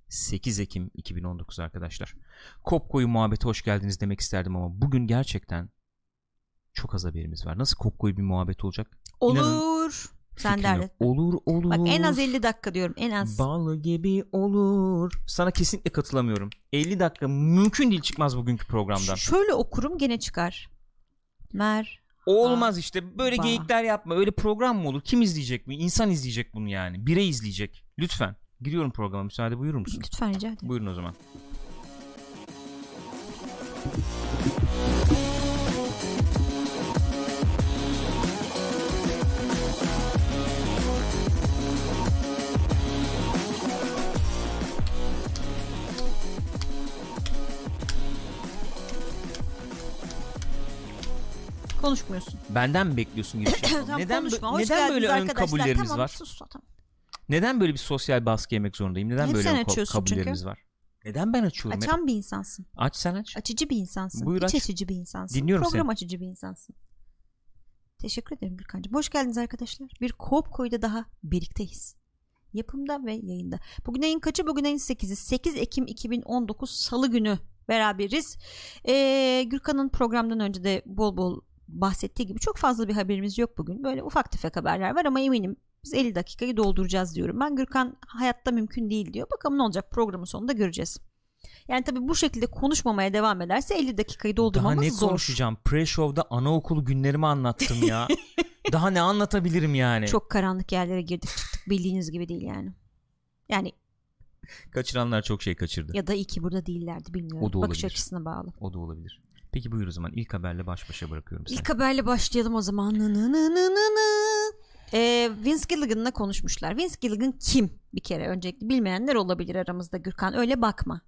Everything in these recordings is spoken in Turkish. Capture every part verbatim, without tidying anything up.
sekiz Ekim iki bin on dokuz arkadaşlar. Kopko'yu muhabbete hoş geldiniz demek isterdim ama bugün gerçekten çok az haberimiz var. Nasıl Kopko'yu bir muhabbet olacak? Olur. İnanın, sen derdin. Olur olur. Bak en az elli dakika diyorum, en az. Bal gibi olur. Sana kesinlikle katılamıyorum. elli dakika mümkün değil, çıkmaz bugünkü programdan. Ş- şöyle okurum gene çıkar. Mer. Olmaz işte böyle ba. geyikler yapma. Öyle program mı olur? Kim izleyecek bunu? İnsan izleyecek bunu yani. Birey izleyecek. Lütfen. Giriyorum programa, müsaade buyurur musun? Lütfen, rica ederim. Buyurun o zaman. Konuşmuyorsun. Benden mi bekliyorsun gibi şey? Tamam, neden konuşma. bö- neden böyle ön arkadaşlar. kabullerimiz tamam, var? Sus, tamam. Neden böyle bir sosyal baskı yemek zorundayım? Neden Hep böyle sen ön açıyorsun kabullerimiz çünkü. var? Neden ben açıyorum? Açan bir insansın. Aç sen aç. Açıcı bir insansın. Buyur, İç aç. açıcı bir insansın. Dinliyorum Program seni. açıcı bir insansın. Teşekkür ederim Gürkan'cığım. Hoş geldiniz arkadaşlar. Bir Kopko'yla daha birlikteyiz. Yapımda ve yayında. Bugün ayın kaçı? Bugün ayın sekizi. sekiz Ekim iki bin on dokuz Salı günü beraberiz. Ee, Gürkan'ın programdan önce de bol bol bahsettiği gibi çok fazla bir haberimiz yok bugün. Böyle ufak tefek haberler var ama eminim biz elli dakikayı dolduracağız diyorum. Ben Gürkan hayatta mümkün değil diyor. Bakalım ne olacak, programın sonunda göreceğiz. Yani tabii bu şekilde konuşmamaya devam ederse elli dakikayı doldurmamız zor. Daha ne zor. konuşacağım? Pre-show'da anaokulu günlerimi anlattım ya. Daha ne anlatabilirim yani? Çok karanlık yerlere girdik çıktık, bildiğiniz gibi değil yani. Yani kaçıranlar çok şey kaçırdı. ya da iyi ki burada değillerdi, bilmiyorum. O da Bakış olabilir. açısına bağlı. O da olabilir. Peki buyur o zaman, ilk haberle baş başa bırakıyorum seni. İlk haberle başlayalım o zaman. Nı nı nı nı nı nı. Ee, Vince Gilligan'la konuşmuşlar. Vince Gilligan kim? Bir kere öncelikle bilmeyenler olabilir aramızda, Gürkan. Öyle bakma.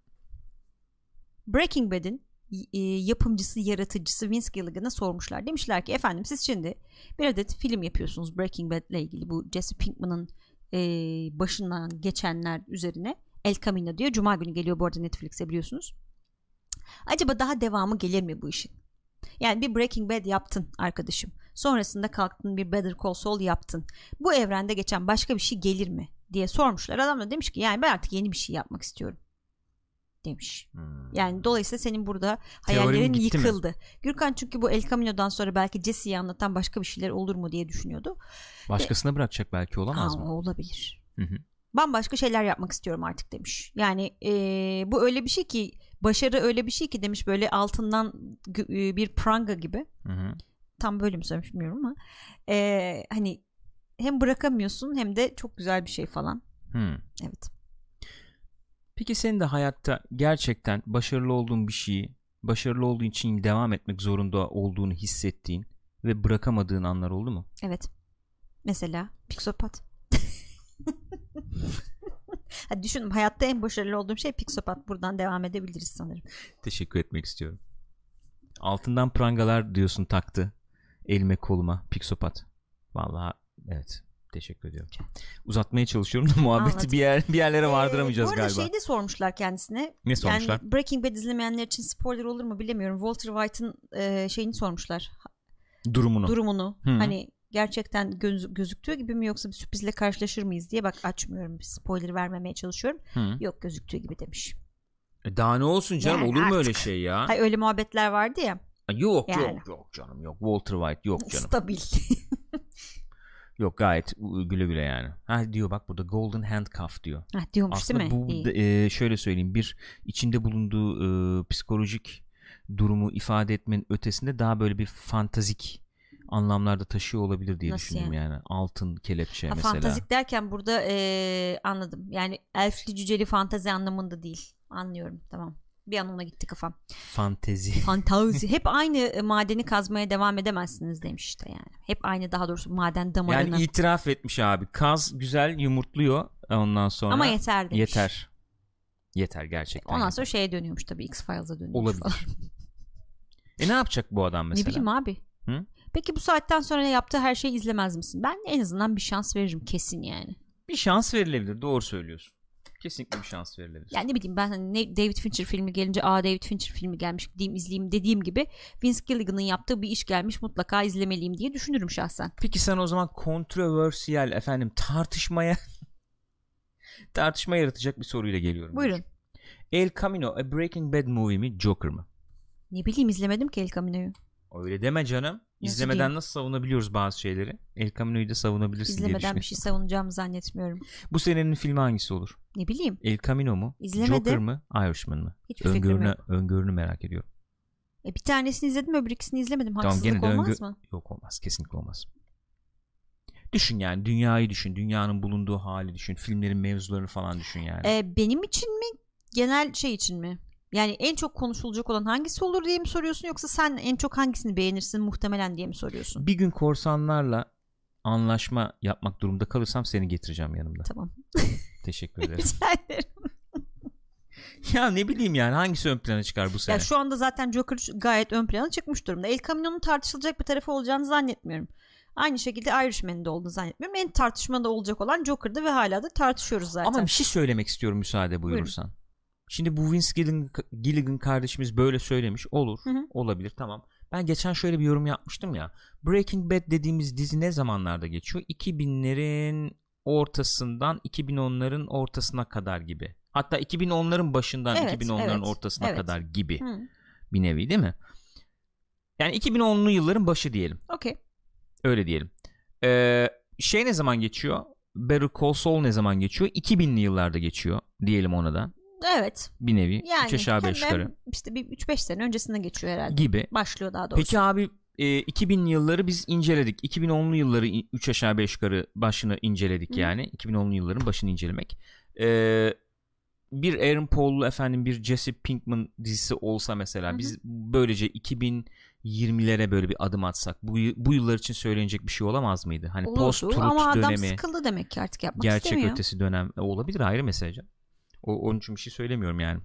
Breaking Bad'in e, yapımcısı, yaratıcısı Vince Gilligan'a sormuşlar. Demişler ki efendim siz şimdi bir adet film yapıyorsunuz Breaking Bad'le ilgili. Bu Jesse Pinkman'ın e, başından geçenler üzerine. El Camino diyor. Cuma günü geliyor bu arada Netflix'e, biliyorsunuz. Acaba daha devamı gelir mi bu işin? Yani bir Breaking Bad yaptın arkadaşım. Sonrasında kalktın bir Better Call Saul yaptın. Bu evrende geçen başka bir şey gelir mi diye sormuşlar. Adam da demiş ki yani ben artık yeni bir şey yapmak istiyorum demiş. Hmm. Yani dolayısıyla senin burada hayallerin yıkıldı. Mi? Gürkan çünkü bu El Camino'dan sonra belki Jesse'yi anlatan başka bir şeyler olur mu diye düşünüyordu. Başkasına Ve... bırakacak belki, olamaz Aa, mı? Olabilir. Hı hı. Bambaşka şeyler yapmak istiyorum artık demiş. Yani ee, bu öyle bir şey ki, başarı öyle bir şey ki demiş, böyle altından e, bir pranga gibi. Hı hı. Tam böyle mi söylemiş bilmiyorum ama ee, hani hem bırakamıyorsun hem de çok güzel bir şey falan. Hı. Evet. Peki senin de hayatta gerçekten başarılı olduğun bir şeyi, başarılı olduğun için devam etmek zorunda olduğunu hissettiğin ve bırakamadığın anlar oldu mu? Evet. Mesela Pixopat. Hadi düşün, hayatta en başarılı olduğum şey Pixopat. Buradan devam edebiliriz sanırım. Teşekkür etmek istiyorum. Altından prangalar diyorsun taktı elime koluma Pixopat. Vallahi evet. Teşekkür ediyorum. Uzatmaya çalışıyorum da muhabbeti Anladım. bir yer bir yerlere vardıramayacağız ee, galiba. Bu arada şeyi de sormuşlar kendisine. Ne sormuşlar? Yani Breaking Bad izlemeyenler için spoiler olur mu bilemiyorum. Walter White'ın e, şeyini sormuşlar. Durumunu. Durumunu. Hı-hı. Hani gerçekten göz, gözüktüğü gibi mi yoksa bir sürprizle karşılaşır mıyız diye, bak açmıyorum. Spoiler vermemeye çalışıyorum. Hı. Yok, gözüktüğü gibi demiş. E daha ne olsun canım, yani olur mu artık öyle şey ya? Hayır, öyle muhabbetler vardı ya. Yok yani. yok yok canım yok. Walter White yok canım. Stabil. Yok, gayet güle güle yani. Ha diyor bak burada Golden Handcuff diyor. Ha diyormuş aslında değil mi? Bu e, şöyle söyleyeyim, bir içinde bulunduğu e, psikolojik durumu ifade etmenin ötesinde daha böyle bir fantazik anlamlarda taşıyor olabilir diye Nasıl düşündüm yani? yani. Altın kelepçe ha, mesela. Fantazik derken burada e, anladım. Yani elfli cüceli fantazi anlamında değil. Anlıyorum, tamam. Bir an ona gitti kafam. Fantezi. Fantezi. Hep aynı madeni kazmaya devam edemezsiniz demiş işte yani. Hep aynı, daha doğrusu maden damarını. Yani itiraf etmiş abi. Kaz güzel yumurtluyor ondan sonra. Ama yeter demiş. Yeter. Yeter gerçekten. Ondan yeter. sonra şeye dönüyormuş tabii, X-Files'a dönüyormuş olabilir falan. E ne yapacak bu adam mesela? Ne bileyim abi. Hı? Peki bu saatten sonra yaptığı her şeyi izlemez misin? Ben en azından bir şans veririm kesin yani. Bir şans verilebilir, doğru söylüyorsun. Kesinlikle bir şans verilebilir. Yani ne bileyim ben, hani ne David Fincher filmi gelince aa David Fincher filmi gelmiş gideyim izleyeyim dediğim gibi Vince Gilligan'ın yaptığı bir iş gelmiş mutlaka izlemeliyim diye düşünürüm şahsen. Peki sen o zaman kontroversiyel efendim tartışmaya Tartışma yaratacak bir soruyla geliyorum. Buyurun. El Camino a Breaking Bad movie mi, Joker mı? Ne bileyim, izlemedim ki El Camino'yu. Öyle deme canım. Nasıl İzlemeden diyeyim? Nasıl savunabiliyoruz bazı şeyleri? El Camino'yu da savunabilirsin İzlemeden diye bir şey savunacağımı zannetmiyorum. Bu senenin filmi hangisi olur? Ne bileyim. El Camino mu? İzlemedim. Joker mı? Irishman mı? Hiçbir fikrim yok. Öngörünü merak ediyorum. E bir tanesini izledim, öbür ikisini izlemedim. Haksızlık tamam, olmaz öngö- mı? Yok olmaz. Kesinlikle olmaz. Düşün yani. Dünyayı düşün. Dünyanın bulunduğu hali düşün. Filmlerin mevzularını falan düşün yani. E, benim için mi? Genel şey için mi? Yani en çok konuşulacak olan hangisi olur diye mi soruyorsun, yoksa sen en çok hangisini beğenirsin muhtemelen diye mi soruyorsun? Bir gün korsanlarla anlaşma yapmak durumunda kalırsam seni getireceğim yanımda. Tamam. Teşekkür ederim. Rica ederim. Ya ne bileyim yani, hangisi ön plana çıkar bu sene? Ya şu anda zaten Joker gayet ön plana çıkmış durumda. El Camino'nun tartışılacak bir tarafı olacağını zannetmiyorum. Aynı şekilde Irishman'ın da olduğunu zannetmiyorum. En tartışmada olacak olan Joker'dı ve hala da tartışıyoruz zaten. Ama bir şey söylemek istiyorum müsaade buyurursan. Buyurun. Şimdi bu Vince Gilligan, Gilligan kardeşimiz böyle söylemiş. Olur. Hı hı. Olabilir, tamam. Ben geçen şöyle bir yorum yapmıştım ya. Breaking Bad dediğimiz dizi ne zamanlarda geçiyor? iki binlerin ortasından iki bin onların ortasına kadar gibi. Hatta iki bin onların başından evet, iki bin onların evet, ortasına evet. kadar gibi. Hı. Bir nevi değil mi? Yani iki bin onlu yılların başı diyelim. Okey. Öyle diyelim. Ee, şey ne zaman geçiyor? Better Call Saul ne zaman geçiyor? iki binli yıllarda geçiyor diyelim ona da. Evet. Bir nevi. Yani üç aşağı beş yukarı. İşte bir üç beş sene öncesinde geçiyor herhalde. Gibi. Başlıyor daha doğrusu. Peki abi e, iki binli yılları biz inceledik. iki bin onlu yılları üç aşağı beş yukarı başını inceledik. Hı. Yani. iki bin onlu yılların başını incelemek. Ee, bir Aaron Paul'lu efendim bir Jesse Pinkman dizisi olsa mesela, hı hı, biz böylece iki bin yirmilere böyle bir adım atsak, bu bu yıllar için söylenecek bir şey olamaz mıydı? Hani post truth dönemi. Ama adam sıkıldı demek ki, artık yapmak gerçek istemiyor. Gerçek ötesi dönem olabilir, ayrı mesele. O, onun için bir şey söylemiyorum yani.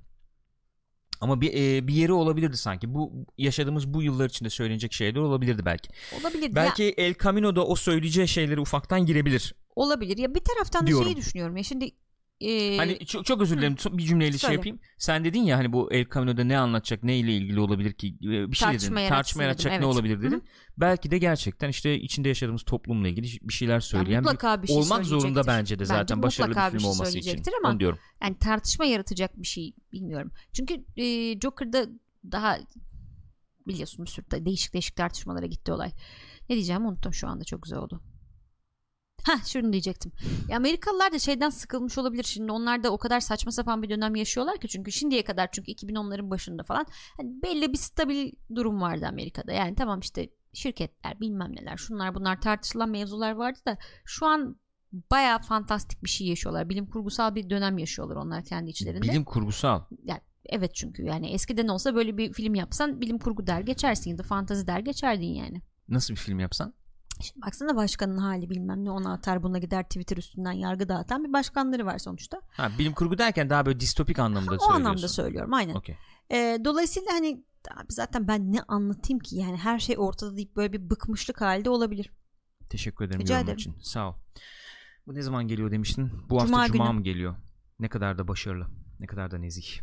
Ama bir e, bir yeri olabilirdi sanki. Bu yaşadığımız bu yıllar içinde söylenecek şeyler olabilirdi belki. Olabilir. Belki ya, El Camino'da o söyleyeceği şeyleri ufaktan girebilir. Olabilir. Ya bir taraftan da diyorum. Şeyi düşünüyorum ya şimdi. Ee... Hani çok, çok özür dilerim, Hı. bir cümleyle Söyle. şey yapayım. Sen dedin ya hani bu El Camino'da ne anlatacak, ne ile ilgili olabilir ki, bir şey tartışma dedin. Tartışma yaratacak evet. ne olabilir dedin. Hı. Belki de gerçekten işte içinde yaşadığımız toplumla ilgili bir şeyler söyleyen yani bir, bir şey olmak zorunda bence de zaten bence başarılı bir film bir şey olması için. Ama onu diyorum. Yani tartışma yaratacak bir şey bilmiyorum. Çünkü e, Joker'da daha biliyorsun bir sürü değişik değişik tartışmalara gitti olay. Ne diyeceğimi unuttum şu anda, çok güzel oldu. Heh, şunu diyecektim. Ya Amerikalılar da şeyden sıkılmış olabilir. Şimdi onlar da o kadar saçma sapan bir dönem yaşıyorlar ki, çünkü şimdiye kadar, çünkü iki bin onların başında falan hani belli bir stabil durum vardı Amerika'da. Yani tamam işte şirketler bilmem neler, şunlar bunlar tartışılan mevzular vardı da şu an bayağı fantastik bir şey yaşıyorlar. Bilim kurgusal bir dönem yaşıyorlar onlar kendi içlerinde. Bilim kurgusal. Yani evet, çünkü yani eskiden olsa böyle bir film yapsan bilim kurgu der geçersin ya da fantazi der geçerdin yani. Nasıl bir film yapsan? Şimdi baksana başkanın hali bilmem ne, ona atar buna gider, Twitter üstünden yargı dağıtan bir başkanları var sonuçta. Ha, bilim kurgu derken daha böyle distopik anlamda ha, söylüyorsun. O anlamda söylüyorum aynen. Okay. Ee, dolayısıyla hani abi zaten ben ne anlatayım ki yani, her şey ortada deyip böyle bir bıkmışlık halde olabilir. Teşekkür ederim Rica yorumun ederim. için. Sağ ol. Bu ne zaman geliyor demiştin? Bu Cuma hafta Cuma günü. mı geliyor? Ne kadar da başarılı. Ne kadar da nezih.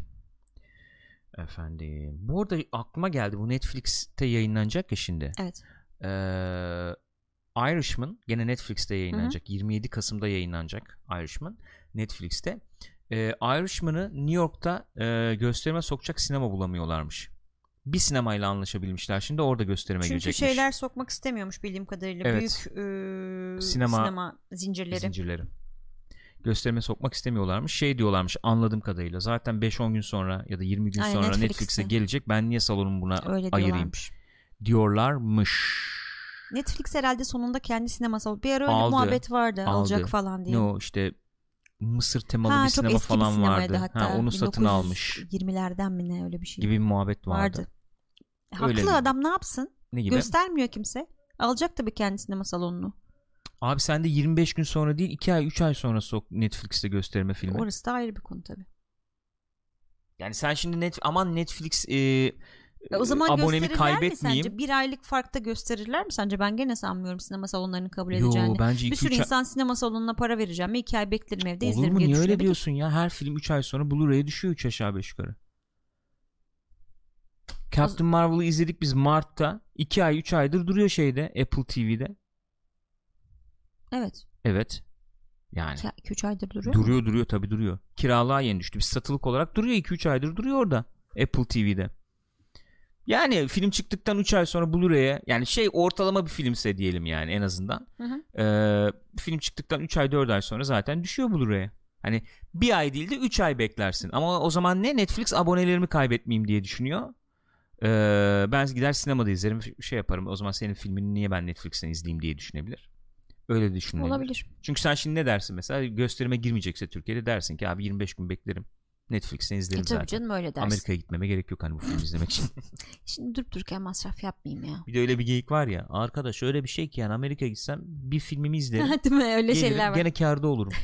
Efendim. Bu arada aklıma geldi. Bu Netflix'te yayınlanacak ya şimdi. Evet. Eee Irishman gene Netflix'te yayınlanacak. Hı hı. yirmi yedi Kasım'da yayınlanacak Irishman Netflix'te. Ee, Irishman'ı New York'ta e, gösterime sokacak sinema bulamıyorlarmış. Bir sinemayla anlaşabilmişler. Şimdi orada gösterime Çünkü girecekmiş. Çünkü şeyler sokmak istemiyormuş bildiğim kadarıyla. Evet. Büyük e, sinema, sinema zincirleri. zincirleri. Gösterime sokmak istemiyorlarmış. Şey diyorlarmış anladığım kadarıyla. Zaten beş on gün sonra ya da yirmi gün Aynen, sonra Netflix'e. Netflix'e gelecek. Ben niye salonumu buna Öyle ayırayım diyorlarmış. diyorlarmış. Netflix herhalde sonunda kendi sineması oldu. Bir ara öyle aldı, muhabbet vardı. Aldı. Alacak falan diye. No işte Mısır temalı ha, bir sinema falan bir vardı. Hatta. Ha, onu satın almış. yirmilerden mi ne, öyle bir şey. Gibi bir muhabbet vardı. vardı. E, haklı öyle adam gibi. Ne yapsın? Ne gibi? Göstermiyor kimse. Alacak tabii kendi sinema salonunu. Abi sen de yirmi beş gün sonra değil iki ay üç ay sonra sok Netflix'te gösterme filmi. Orası da ayrı bir konu tabii. Yani sen şimdi net aman Netflix e, E o zaman abonemi kaybetmeyeyim. Mi sence? Bir aylık farkta gösterirler mi sence? Ben gene sanmıyorum sinema salonlarının kabul edeceğini. Yo, bence bir sürü ay... insan sinema salonuna para vereceğim mi? iki ay beklerim evde Olur izlerim mu? diye Niye öyle diyorsun ya? Her film üç ay sonra Blu-ray'e düşüyor üç aşağı beş yukarı. Captain o... Marvel'ı izledik biz Mart'ta. iki ay üç aydır duruyor şeyde Apple T V'de. Evet. Evet. Yani iki üç aydır duruyor. Duruyor mu? duruyor tabii duruyor. Kiralığa yeni düştü. Bir satılık olarak duruyor, iki üç aydır duruyor orada. Apple T V'de. Yani film çıktıktan üç ay sonra Blu-ray'e, yani şey ortalama bir filmse diyelim yani en azından. Hı hı. Ee, film çıktıktan üç ay dört ay sonra zaten düşüyor Blu-ray'e. Hani bir ay değil de üç ay beklersin. Ama o zaman ne, Netflix abonelerimi kaybetmeyeyim diye düşünüyor. Ee, ben gider sinemada izlerim, şey yaparım. O zaman senin filmini niye ben Netflix'ten izleyeyim diye düşünebilir. Öyle düşünebilir. Olabilir. Çünkü sen şimdi ne dersin mesela, gösterime girmeyecekse Türkiye'de dersin ki abi yirmi beş gün beklerim. Netflix'ten izlerim e, tabii zaten. Canım, öyle dersin. Amerika'ya gitmeme gerek yok hani bu filmi izlemek için. Şimdi durup dururken masraf yapmayayım ya. Bir de öyle bir geyik var ya. Arkadaş öyle bir şey ki yani Amerika'ya gitsem bir filmimi izlerim. Değil mi? Öyle Gelirim, şeyler var. gene kârda olurum.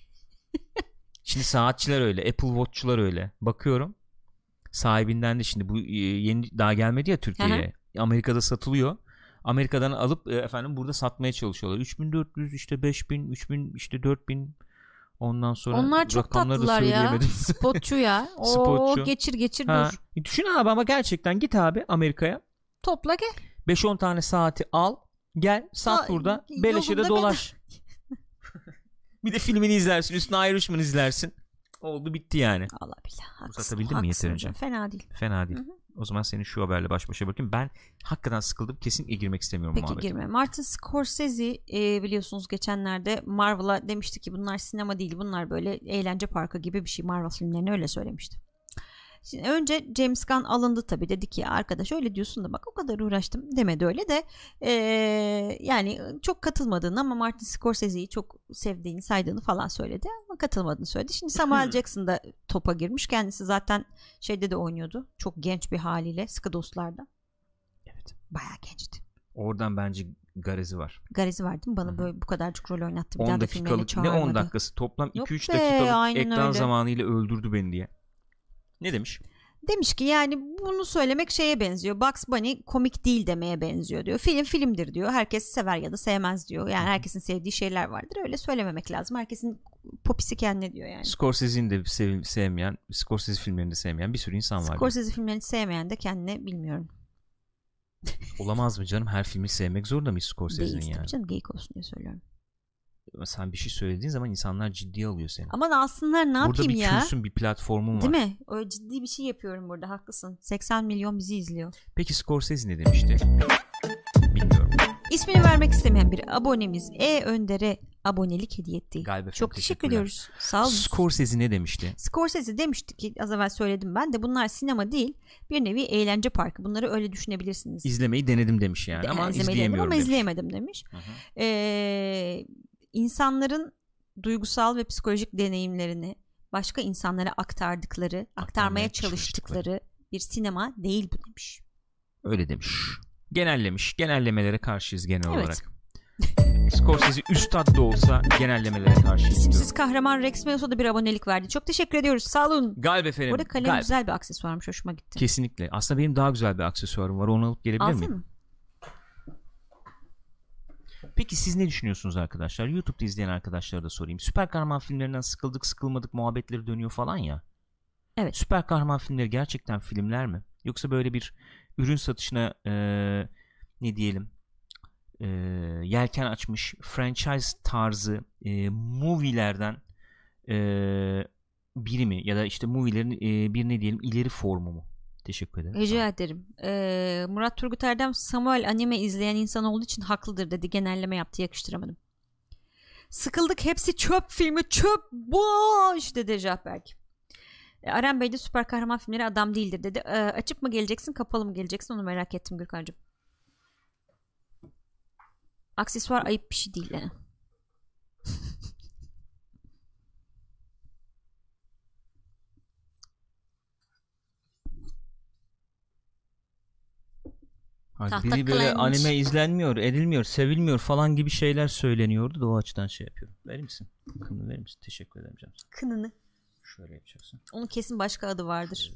Şimdi saatçiler öyle. Apple Watch'çular öyle. Bakıyorum. Sahibinden de şimdi bu yeni daha gelmedi ya Türkiye'ye. Amerika'da satılıyor. Amerika'dan alıp efendim burada satmaya çalışıyorlar. üç bin dört yüz işte beş bin, üç bin işte dört bin. Ondan sonra onlar çok tatlılar ya. Spotçu ya. Oo, geçir geçir ha. dur. Düşün abi, ama gerçekten git abi Amerika'ya. Topla gel. beş on tane saati al. Gel sat ha, burada. Beleşe de dolaş. Bir de filmini izlersin. Üstüne Irishman izlersin. Oldu bitti yani. Allah billah. Haksın, Uzatabildim mi yeterince? Fena değil. Fena değil. Hı hı. O zaman seni şu haberle baş başa bırakayım. Ben hakikaten sıkıldım. Kesinlikle girmek istemiyorum Peki muhabbete. girme. Martin Scorsese e, biliyorsunuz geçenlerde Marvel'a demişti ki bunlar sinema değil, bunlar böyle eğlence parkı gibi bir şey. Marvel filmlerini öyle söylemişti. Şimdi önce James Gunn alındı tabii, dedi ki ya arkadaş öyle diyorsun da bak o kadar uğraştım demedi öyle de ee, yani çok katılmadığını ama Martin Scorsese'yi çok sevdiğini saydığını falan söyledi ama katılmadığını söyledi. Şimdi Samuel Jackson da topa girmiş, kendisi zaten şeyde de oynuyordu çok genç bir haliyle Sıkı Dostlar'da. Evet. Bayağı gençti. Oradan bence garezi var. Garezi var değil mi? Bana Hı-hı. böyle bu kadarcık rol oynattı. Bir on daha da dakikalık, filmlerine çağırmadı. Ne on dakikası? Toplam iki üç be, dakikalık ekran öyle. zamanıyla öldürdü beni diye. Ne demiş? Demiş ki yani bunu söylemek şeye benziyor. Bugs Bunny komik değil demeye benziyor diyor. Film filmdir diyor. Herkes sever ya da sevmez diyor. Yani herkesin sevdiği şeyler vardır. Öyle söylememek lazım. Herkesin popisi kendine diyor yani. Scorsese'nin de sev- sevmeyen, Scorsese filmlerini de sevmeyen bir sürü insan var. Scorsese filmlerini sevmeyen de kendine bilmiyorum. Olamaz mı canım? Her filmi sevmek zorunda mıyız Scorsese'nin yani? Değiliz tabii canım. Geyik olsun diye söylüyorum. Sen bir şey söylediğin zaman insanlar ciddiye alıyor seni. Aman alsınlar ne burada yapayım ya? Burada bir kürsün, bir platformun var. Değil mi? Öyle ciddi bir şey yapıyorum burada, haklısın. seksen milyon bizi izliyor. Peki Scorsese ne demişti? Bilmiyorum. İsmini vermek istemeyen bir abonemiz E Önder'e abonelik hediye etti. Galiba çok teşekkür ediyoruz. Sağ olun. Scorsese ne demişti? Scorsese demişti ki az evvel söyledim ben de, bunlar sinema değil, bir nevi eğlence parkı. Bunları öyle düşünebilirsiniz. İzlemeyi denedim demiş yani, De, ama izlemeyi izleyemiyorum ama demiş. izleyemedim demiş. Ee, insanların duygusal ve psikolojik deneyimlerini başka insanlara aktardıkları, aktarmaya, aktarmaya çalıştıkları, çalıştıkları bir sinema değil bu demiş. Öyle demiş. Genellemiş. Genellemelere karşıyız genel evet. olarak. Scorsese üstad da olsa genellemelere karşıyız. İsimsiz kahraman Rex Meos'a da bir abonelik verdi. Çok teşekkür ediyoruz. Sağ olun. Galip efendim. Burada kalem Galip. Güzel bir aksesuarmış. Hoşuma gitti. Kesinlikle. Aslında benim daha güzel bir aksesuarım var. Onu alıp gelebilir Alsın miyim? Mı? Peki siz ne düşünüyorsunuz arkadaşlar? YouTube'da izleyen arkadaşlara da sorayım. Süper kahraman filmlerinden sıkıldık sıkılmadık muhabbetleri dönüyor falan ya. Evet. Süper kahraman filmleri gerçekten filmler mi? Yoksa böyle bir ürün satışına ee, ne diyelim ee, yelken açmış franchise tarzı ee, movie'lerden ee, biri mi? Ya da işte movie'lerin ee, bir ne diyelim ileri formu mu? Teşekkür ederim. Rica ederim. Ee, Murat Turgut Erdem Samuel anime izleyen insan olduğu için haklıdır dedi. Genelleme yaptı, yakıştıramadım. Sıkıldık, hepsi çöp filmi, çöp boş dedi Recep Berk. Ee, Aren Bey de süper kahraman filmleri adam değildir dedi. Ee, açık mı geleceksin, kapalı mı geleceksin, onu merak ettim Gürkan'cığım. Aksesuar ayıp bir şey değil yani. Biri böyle kılanmış. Anime izlenmiyor, edilmiyor, sevilmiyor falan gibi şeyler söyleniyordu da o açıdan şey yapıyorum. Verir misin? Kınını verir misin? Teşekkür ederim canım. Kınını. Şöyle yapacaksın. Onun kesin başka adı vardır.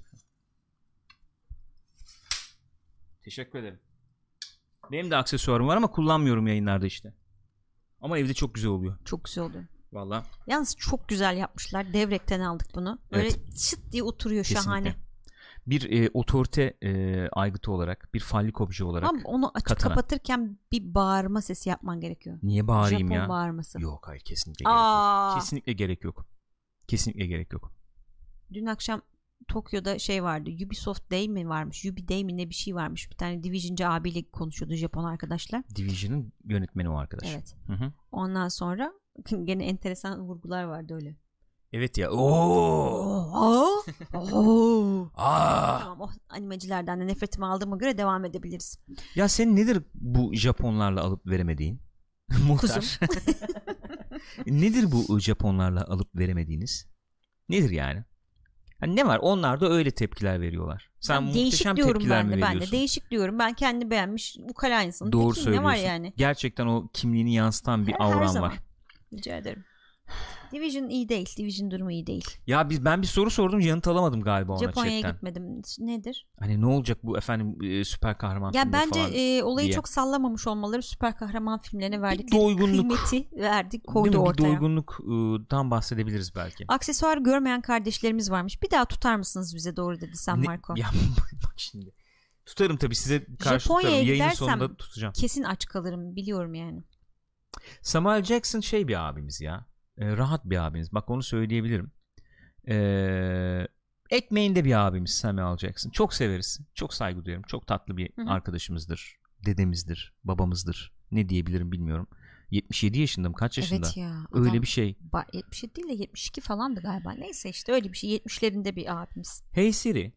Teşekkür ederim. Benim de aksesuarım var ama kullanmıyorum yayınlarda işte. Ama evde çok güzel oluyor. Çok güzel oluyor. Vallahi. Yalnız çok güzel yapmışlar. Devrekten aldık bunu. Böyle evet. Çıt diye oturuyor. Kesinlikle. Şahane. Bir e, otorite e, aygıtı olarak, bir fallik obje olarak. Ama onu açıp katana. kapatırken bir bağırma sesi yapman gerekiyor. Niye bağırayım Japon ya? bağırması. Yok hayır, kesinlikle Aa. gerek yok. Kesinlikle gerek yok. Kesinlikle gerek yok. Dün akşam Tokyo'da şey vardı. Ubisoft Day mi varmış? Ubi Day mi ne bir şey varmış. Bir tane Division'cı abiyle konuşuyordu Japon arkadaşlar. Division'ın yönetmeni o arkadaş. Evet. Hı hı. Ondan sonra gene enteresan vurgular vardı öyle. Evet ya. Oo. Oo. Oo. Aa. Tamam, o animecilerden de nefretimi aldığıma göre devam edebiliriz. Ya sen nedir bu Japonlarla alıp veremediğin? Muhtar. Nedir bu Japonlarla alıp veremediğiniz? Nedir yani? Hani ne var? Onlar da öyle tepkiler veriyorlar. Sen ben muhteşem diyorum tepkiler ben mi de, veriyorsun? Ben de değişik diyorum. Ben kendi beğenmiş ukala insanım. Doğru Peki, söylüyorsun. ne var yani? Gerçekten o kimliğini yansıtan bir Her, avran her zaman. var. Rica ederim. Division iyi değil. Division durumu iyi değil. Ya biz ben bir soru sordum, yanıt alamadım galiba ona Japonya'ya chatten. gitmedim. Nedir? Hani ne olacak bu efendim e, süper kahraman Ya filmi bence falan e, olayı diye. çok sallamamış olmaları süper kahraman filmlerine verdikleri doygunluk. kıymeti verdi, Değil koydu mi? Bir ortaya. doygunluktan bahsedebiliriz belki. Aksesuar görmeyen kardeşlerimiz varmış. Bir daha tutar mısınız bize doğru dedi San Ne- Marco. Ya bak şimdi. Tutarım tabii, size karşı Japonya'ya tutarım. Yayının gidersem sonunda tutacağım. kesin aç kalırım biliyorum yani. Samuel Jackson şey bir abimiz ya. E, rahat bir abimiz. Bak onu söyleyebilirim. E, ekmeğinde bir abimiz Samuel Jackson. Çok severiz. Çok saygı duyuyorum. Çok tatlı bir Hı hı. arkadaşımızdır. Dedemizdir. Babamızdır. Ne diyebilirim bilmiyorum. yetmiş yedi yaşında mı? Kaç yaşında? Evet ya. Öyle adam bir şey. ba- yetmiş yedi değil de yetmiş iki falandı galiba. Neyse işte öyle bir şey. yetmişlerinde bir abimiz. Hey Siri.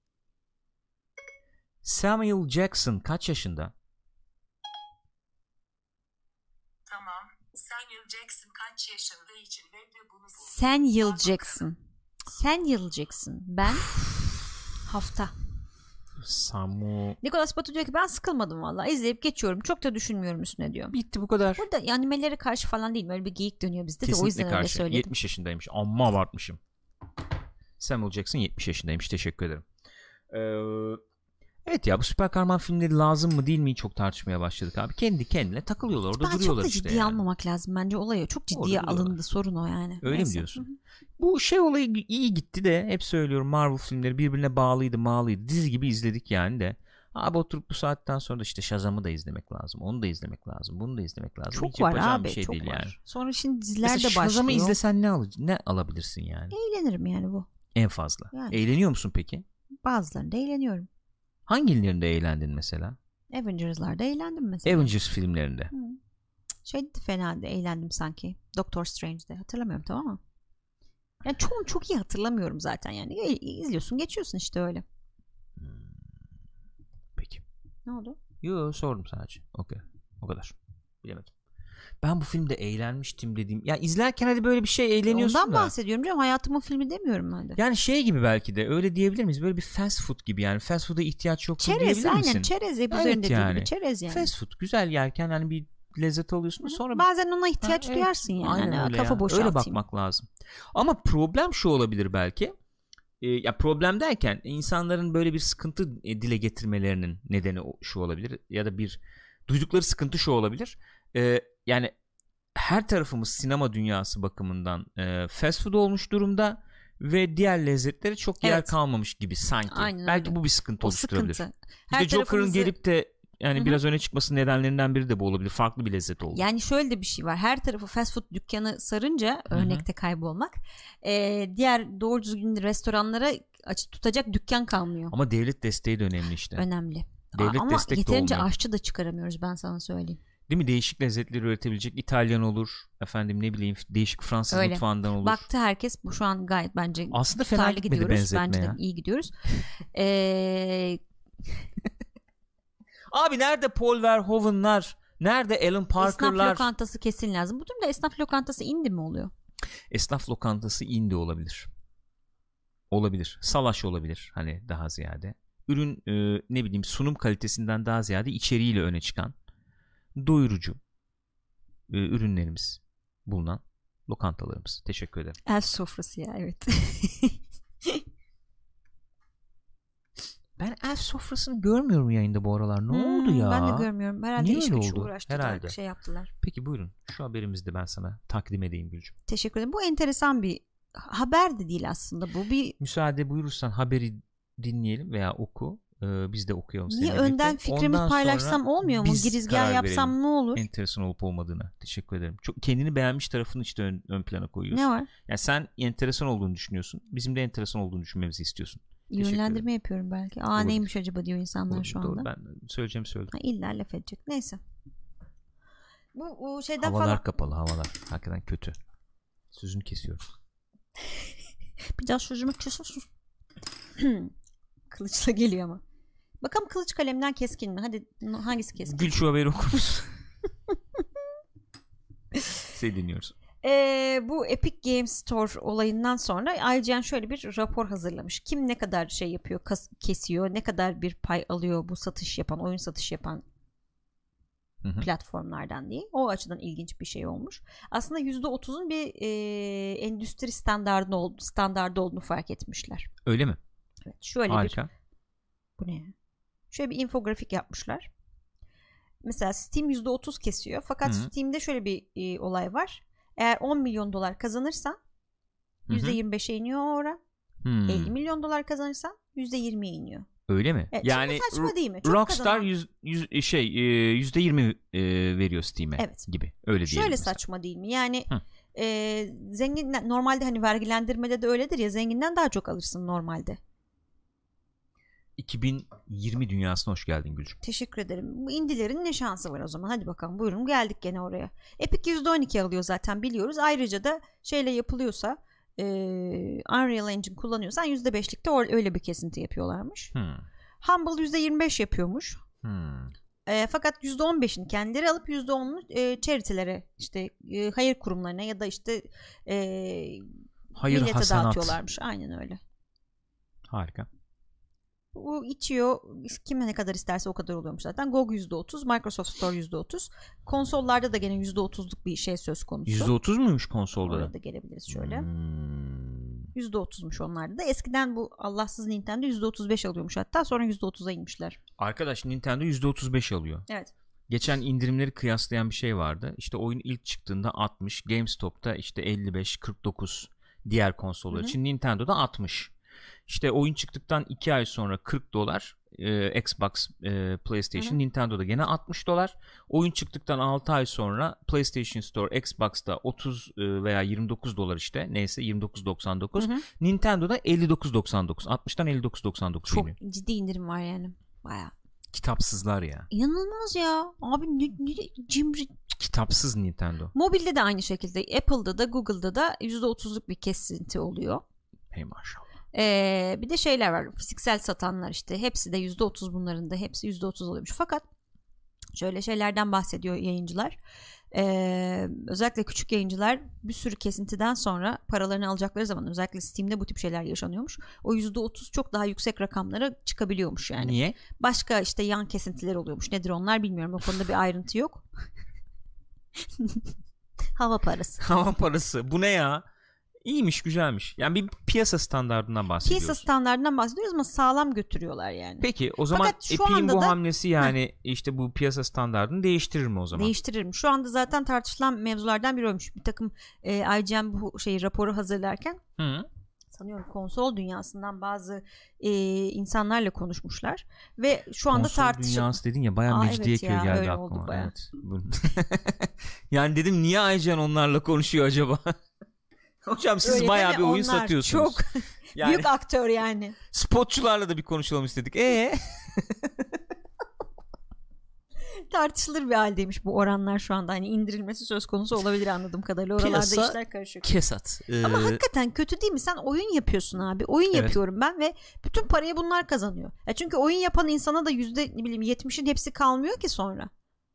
Samuel Jackson kaç yaşında? Tamam. Samuel Jackson kaç yaşında için ve de bunu bul. Samuel Jackson. Samuel Jackson. Ben hafta. Samu. Nicolas Batu diyor ki ben sıkılmadım valla. İzleyip geçiyorum. Çok da düşünmüyorum üstüne diyor. Bitti bu kadar. Burada animelere karşı falan değil. Böyle bir geyik dönüyor bizde de o Kesinlikle yüzden öyle karşı. söyledim. yetmiş yaşındaymış. Amma abartmışım. Samuel Jackson yetmiş yaşındaymış. Teşekkür ederim. Ee, evet ya, bu süper kahraman filmleri lazım mı değil mi çok tartışmaya başladık abi. Kendi kendine takılıyorlar orada, Ben duruyorlar çok da işte ciddiye yani. almamak lazım bence olayı. o. Çok ciddiye Orada duruyorlar. alındı, sorun o yani. Öyle Neyse. mi diyorsun? Hı hı. Bu şey olayı iyi gitti de hep söylüyorum, Marvel filmleri birbirine bağlıydı mağlıydı. Dizi gibi izledik yani de. Abi oturup bu saatten sonra da işte Shazam'ı da izlemek lazım. Onu da izlemek lazım. Bunu da izlemek lazım. Çok Hiç var yapacağım abi bir şey çok değil var. yani. Sonra şimdi diziler de Mesela başlıyor. Shazam'ı izlesen ne, al ne alabilirsin yani? Eğlenirim yani bu. En fazla. Yani. Eğleniyor musun peki? Bazılarında eğleniyorum. Hangilerinde eğlendin mesela? Avengers'larda eğlendim mesela. Avengers filmlerinde. Hı. Şey de fena de eğlendim sanki. Doctor Strange'de. Hatırlamıyorum tamam mı? Yani çoğunu çok iyi hatırlamıyorum zaten yani. E, izliyorsun geçiyorsun işte öyle. Hmm. Peki. Ne oldu? Yo, sordum sadece. Okey. O kadar. Bilemedim. Ben bu filmde eğlenmiştim dediğim. Ya izlerken hadi böyle bir şey eğleniyorsun Ondan da. bahsediyorum canım. Hayatımın filmi demiyorum ben de. Yani şey gibi belki de öyle diyebilir miyiz? Böyle bir fast food gibi yani. Fast food'a ihtiyaç yok Çerez diyebilir aynen misin? çerez hep Evet üzerinde yani. gibi çerez yani. Fast food güzel yerken hani bir lezzet alıyorsun sonra Bazen ona ihtiyaç Ha, evet. duyarsın yani. Aynen Hani öyle kafa ya. boşaltayım. Öyle bakmak lazım. Ama problem şu olabilir belki. Ee, ya problem derken insanların böyle bir sıkıntı e, dile getirmelerinin nedeni o- şu olabilir ya da bir duydukları sıkıntı şu olabilir. Ee, yani her tarafımız sinema dünyası bakımından e, fast food olmuş durumda ve diğer lezzetlere çok yer Evet. kalmamış gibi sanki. Aynen Belki öyle. bu bir sıkıntı O oluşturabilir. sıkıntı. İşte Her Joker'ın tarafımızı- gelip de yani Hı hı. biraz öne çıkması nedenlerinden biri de bu olabilir. Farklı bir lezzet oldu. Yani şöyle de bir şey var. Her tarafı fast food dükkanı sarınca Hı hı. örnekte kaybolmak. E, diğer doğru düzgün restoranlara açık tutacak dükkan kalmıyor. Ama devlet desteği de önemli işte. Önemli. Devlet Aa, ama destek de yeterince olmuyor. aşçı da çıkaramıyoruz ben sana söyleyeyim. Değil mi? Değişik lezzetleri üretebilecek İtalyan olur. Efendim ne bileyim değişik Fransız Öyle. mutfağından olur. Baktı herkes bu şu an gayet bence Aslında fena tutarlı gitmedi gidiyoruz. benzetme Bence ya. de iyi gidiyoruz. Eee Abi nerede Paul Verhoeven'lar? Nerede Alan esnaf Parker'lar? lokantası kesin lazım. Bu durumda esnaf lokantası indie mi oluyor? Esnaf lokantası indie olabilir. Olabilir. Salaş olabilir hani daha ziyade. Ürün e, ne bileyim sunum kalitesinden daha ziyade içeriğiyle öne çıkan doyurucu e, ürünlerimiz bulunan lokantalarımız. Teşekkür ederim. Elf sofrası ya evet. Ben elf sofrasını görmüyorum yayında bu aralar. Ne oldu Hmm, ya? Ben de görmüyorum. Herhalde Niye iş öyle güç oldu? uğraştılar. Herhalde. Şey yaptılar. Peki buyurun. Şu haberimizi de ben sana takdim edeyim Gülcüm. Teşekkür ederim. Bu enteresan bir haber de değil aslında. Bu bir Müsaade buyurursan haberi dinleyelim veya oku. Ee, biz de okuyalım. Niye önden birlikte. Fikrimi Ondan paylaşsam olmuyor mu? Girizgah yapsam ne olur? Enteresan olup olmadığına. Teşekkür ederim. Çok kendini beğenmiş tarafını işte ön, ön plana koyuyorsun. Ne var? Yani sen enteresan olduğunu düşünüyorsun. Bizim de enteresan olduğunu düşünmemizi istiyorsun. Yönlendirme yapıyorum belki. Aa olabilir. Neymiş acaba diyor insanlar olabilir, şu anda. Doğru, ben söyleyeceğim söyledim. Ha, illa laf edecek. Neyse. Bu, bu şeyden havalar falan... kapalı havalar. Hakikaten kötü. Sözünü kesiyorum. Biraz sözümü kesiyorsun. Kılıçla geliyor ama. Bakalım kılıç kalemden keskin mi? Hadi hangisi keskin? Gül şu haberi okur musun? Seni dinliyoruz. Ee, bu Epic Games Store olayından sonra I G N şöyle bir rapor hazırlamış. Kim ne kadar şey yapıyor, kas- kesiyor, ne kadar bir pay alıyor bu satış yapan, oyun satış yapan hı hı. platformlardan diye. O açıdan ilginç bir şey olmuş. Aslında yüzde otuzun bir e, endüstri standardı, ol- standardı olduğunu fark etmişler. Öyle mi? Evet. Şöyle Harika. bir... Bu ne ya? Şöyle bir infografik yapmışlar. Mesela Steam yüzde otuz kesiyor. Fakat Hı-hı. Steam'de şöyle bir e, olay var. Eğer on milyon dolar kazanırsan yüzde yirmi beşe iniyor o oran. Hı-hı. elli milyon dolar kazanırsan yüzde yirmiye iniyor. Öyle mi? Evet, yani saçma değil mi? Çok Rockstar yüz, yüz, şey yüzde yirmi e, veriyor Steam'e evet. gibi. Öyle Şöyle mesela. Saçma değil mi? Yani e, zengin normalde hani vergilendirmede de öyledir ya, zenginden daha çok alırsın normalde. iki bin yirmi dünyasına hoş geldin Gülcüm. Teşekkür ederim. Bu indilerin ne şansı var o zaman? Hadi bakalım, buyurun, geldik gene oraya. Epic yüzde on iki alıyor zaten, biliyoruz. Ayrıca da şeyle yapılıyorsa e, Unreal Engine kullanıyorsan yüzde beşlikte öyle bir kesinti yapıyorlarmış. Hmm. Humble yüzde yirmi beş yapıyormuş. Hmm. E, fakat yüzde on beşini kendileri alıp yüzde onunu e, charity'lere, işte e, hayır kurumlarına ya da işte e, hayır millete hasenat dağıtıyorlarmış. Aynen öyle. Harika. O içiyor. Kime ne kadar isterse o kadar oluyormuş zaten. G O G yüzde otuz, Microsoft Store yüzde otuz. Konsollarda da gene yüzde otuzluk bir şey söz konusu. yüzde otuz muymuş konsolda? Orada da gelebiliriz şöyle. Hmm. yüzde otuzmuş onlarda da. Eskiden bu Allahsız Nintendo yüzde otuz beş alıyormuş hatta. Sonra yüzde otuza inmişler. Arkadaş, Nintendo yüzde otuz beş alıyor. Evet. Geçen indirimleri kıyaslayan bir şey vardı. İşte oyun ilk çıktığında altmış, GameStop'ta işte elli beş kırk dokuz diğer konsollar için, Nintendo'da altmış. İşte oyun çıktıktan iki ay sonra kırk dolar e, Xbox, e, PlayStation, Hı-hı. Nintendo'da gene altmış dolar. Oyun çıktıktan altı ay sonra PlayStation Store, Xbox'ta otuz e, veya yirmi dokuz dolar, işte neyse yirmi dokuz doksan dokuz. Hı-hı. Nintendo'da elli dokuz doksan dokuz. altmıştan elli dokuz doksan dokuz. Çok iniyor. Ciddi indirim var yani. Bayağı. Kitapsızlar ya. İnanılmaz ya. Abi ne, ne cimri. Kitapsız Nintendo. Mobilde de aynı şekilde. Apple'da da Google'da da yüzde otuzluk bir kesinti oluyor. Hey maşallah. Ee, bir de şeyler var, fiziksel satanlar, işte hepsi de yüzde otuz, bunların da hepsi yüzde otuz oluyormuş. Fakat şöyle şeylerden bahsediyor yayıncılar. Ee, özellikle küçük yayıncılar bir sürü kesintiden sonra paralarını alacakları zaman, özellikle Steam'de bu tip şeyler yaşanıyormuş. O yüzde otuz çok daha yüksek rakamlara çıkabiliyormuş yani. Niye? Başka işte yan kesintiler oluyormuş. Nedir onlar bilmiyorum. O konuda bir ayrıntı yok. Hava parası. Hava parası. Bu ne ya? İyiymiş, güzelmiş. Yani bir piyasa standardından bahsediyoruz. Piyasa standardından bahsediyoruz ama sağlam götürüyorlar yani. Peki o zaman Epic'in bu da, hamlesi yani heh, işte bu piyasa standardını değiştirir mi o zaman? Değiştirir mi? Şu anda zaten tartışılan mevzulardan biri olmuş. Bir takım e, I G N bu şeyi, raporu hazırlarken Hı. sanıyorum konsol dünyasından bazı e, insanlarla konuşmuşlar ve şu anda tartışılıyor. Konsol dünyası dedin ya, bayağı Mecidiyeköy evet geldi aklıma. Evet. Yani dedim niye I G N onlarla konuşuyor acaba? Hocam siz öyle bayağı bir oyun satıyorsunuz. Çok yani, büyük aktör yani. Spotçularla da bir konuşalım istedik. Ee? Tartışılır bir haldeymiş bu oranlar şu anda. Hani indirilmesi söz konusu olabilir anladığım kadarıyla. Oralarda Piyasa, işler karışık. Kesat. Ee... Ama hakikaten kötü değil mi? Sen oyun yapıyorsun abi. Oyun evet. yapıyorum ben ve bütün parayı bunlar kazanıyor. Ya çünkü oyun yapan insana da yüzde ne bileyim yetmişin hepsi kalmıyor ki sonra.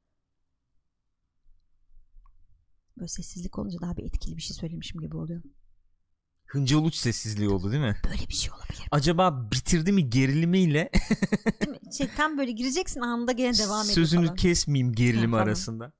Böyle sessizlik olunca daha bir etkili bir şey söylemişim gibi oluyor. Hınca Uluç sessizliği oldu değil mi? Böyle bir şey olabilir. Acaba bitirdi mi gerilimiyle? Değil mi? Şey, tam böyle gireceksin, anında gene devam ediyor Sözünü falan. kesmeyeyim gerilimi ha, arasında.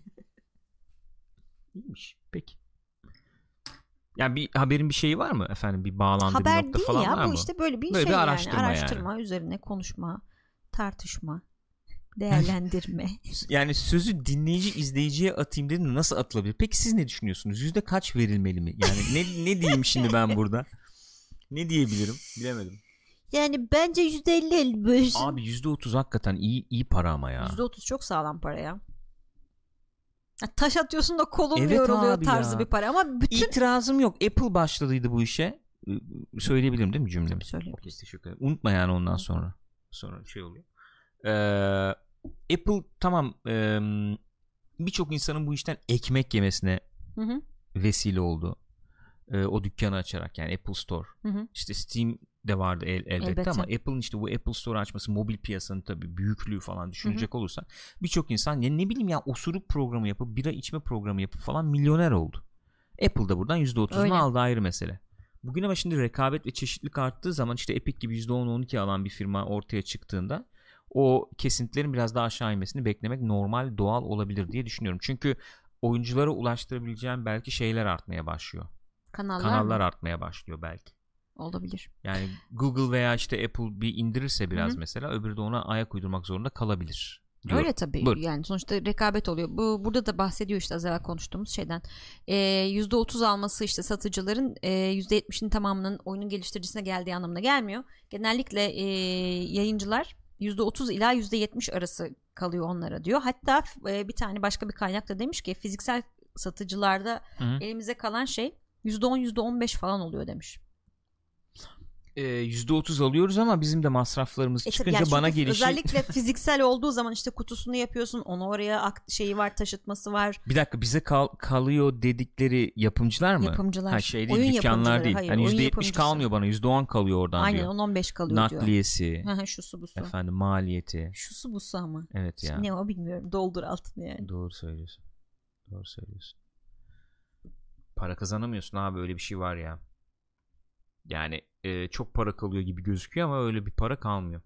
İyiymiş. Peki. Yani bir haberin bir şeyi var mı efendim? Bir bağlandığı haber bir nokta falan ya, var mı? Haber değil ya. Bu işte böyle bir böyle şey bir araştırma yani. Araştırma yani. Üzerine konuşma, tartışma, değerlendirme. Yani sözü dinleyici izleyiciye atayım dedim, nasıl atılabilir? Peki siz ne düşünüyorsunuz? Yüzde kaç verilmeli mi? Yani ne ne diyeyim şimdi ben burada? Ne diyebilirim? Bilemedim. Yani bence yüzde elli elli bölüşsün. Abi yüzde otuz hakikaten iyi iyi para ama ya. yüzde otuz çok sağlam para ya. Ya taş atıyorsun da kolun Evet yoruluyor abi tarzı ya. bir para ama bütün... İtirazım yok. Apple başladıydı bu işe. Söyleyebilirim değil mi cümlemi? Söyleyeyim. Okay, teşekkür ederim. Unutma yani ondan sonra. Sonra şey oluyor. Ee, Apple tamam e, birçok insanın bu işten ekmek yemesine Hı hı. vesile oldu. Ee, o dükkanı açarak yani Apple Store. Hı hı. İşte Steam de vardı el, elbette, elbette ama Apple'ın işte bu Apple Store açması, mobil piyasanın tabii büyüklüğü falan düşünecek hı hı. olursa birçok insan ya ne bileyim ya osuruk programı yapıp bira içme programı yapıp falan milyoner oldu. Apple da buradan yüzde otuzunu aldı, ayrı mesele. Bugün ama şimdi rekabet ve çeşitlilik arttığı zaman işte Epic gibi yüzde on on iki alan bir firma ortaya çıktığında o kesintilerin biraz daha aşağı inmesini beklemek normal, doğal olabilir diye düşünüyorum. Çünkü oyunculara ulaştırabileceğim belki şeyler artmaya başlıyor. Kanallar, Kanallar mı? artmaya başlıyor belki. Olabilir. Yani Google veya işte Apple bir indirirse biraz Hı-hı. mesela öbürü de ona ayak uydurmak zorunda kalabilir diyorum. Öyle tabii. Buyurun. Yani sonuçta rekabet oluyor. Bu burada da bahsediyor işte az evvel konuştuğumuz şeyden. Ee, yüzde otuz alması işte satıcıların e, yüzde yetmişin tamamının oyunun geliştiricisine geldiği anlamına gelmiyor. Genellikle e, yayıncılar yüzde otuz ila yüzde yetmiş arası kalıyor onlara diyor. Hatta e, bir tane başka bir kaynak da demiş ki fiziksel satıcılarda Hı-hı. elimize kalan şey yüzde on yüzde on beş falan oluyor demiş. yüzde otuz alıyoruz ama bizim de masraflarımız e, çıkınca yani bana gelişi... Özellikle fiziksel olduğu zaman işte kutusunu yapıyorsun, onu oraya şeyi var, taşıtması var. Bir dakika, bize kal- kalıyor dedikleri yapımcılar mı? Yapımcılar. Ha, şey değil, oyun dükkanlar değil. Hayır, yani yüzde yetmiş kalmıyor bana, yüzde on kalıyor oradan Aynen, diyor. on on beş kalıyor Nakliyesi, diyor. Nakliyesi. Şusu busu. Efendim maliyeti. Şusu busu ama. Evet ya. Ne o bilmiyorum. Doldur altını yani. Doğru söylüyorsun. Doğru söylüyorsun. Para kazanamıyorsun abi, öyle bir şey var ya. Yani e, çok para kalıyor gibi gözüküyor ama öyle bir para kalmıyor.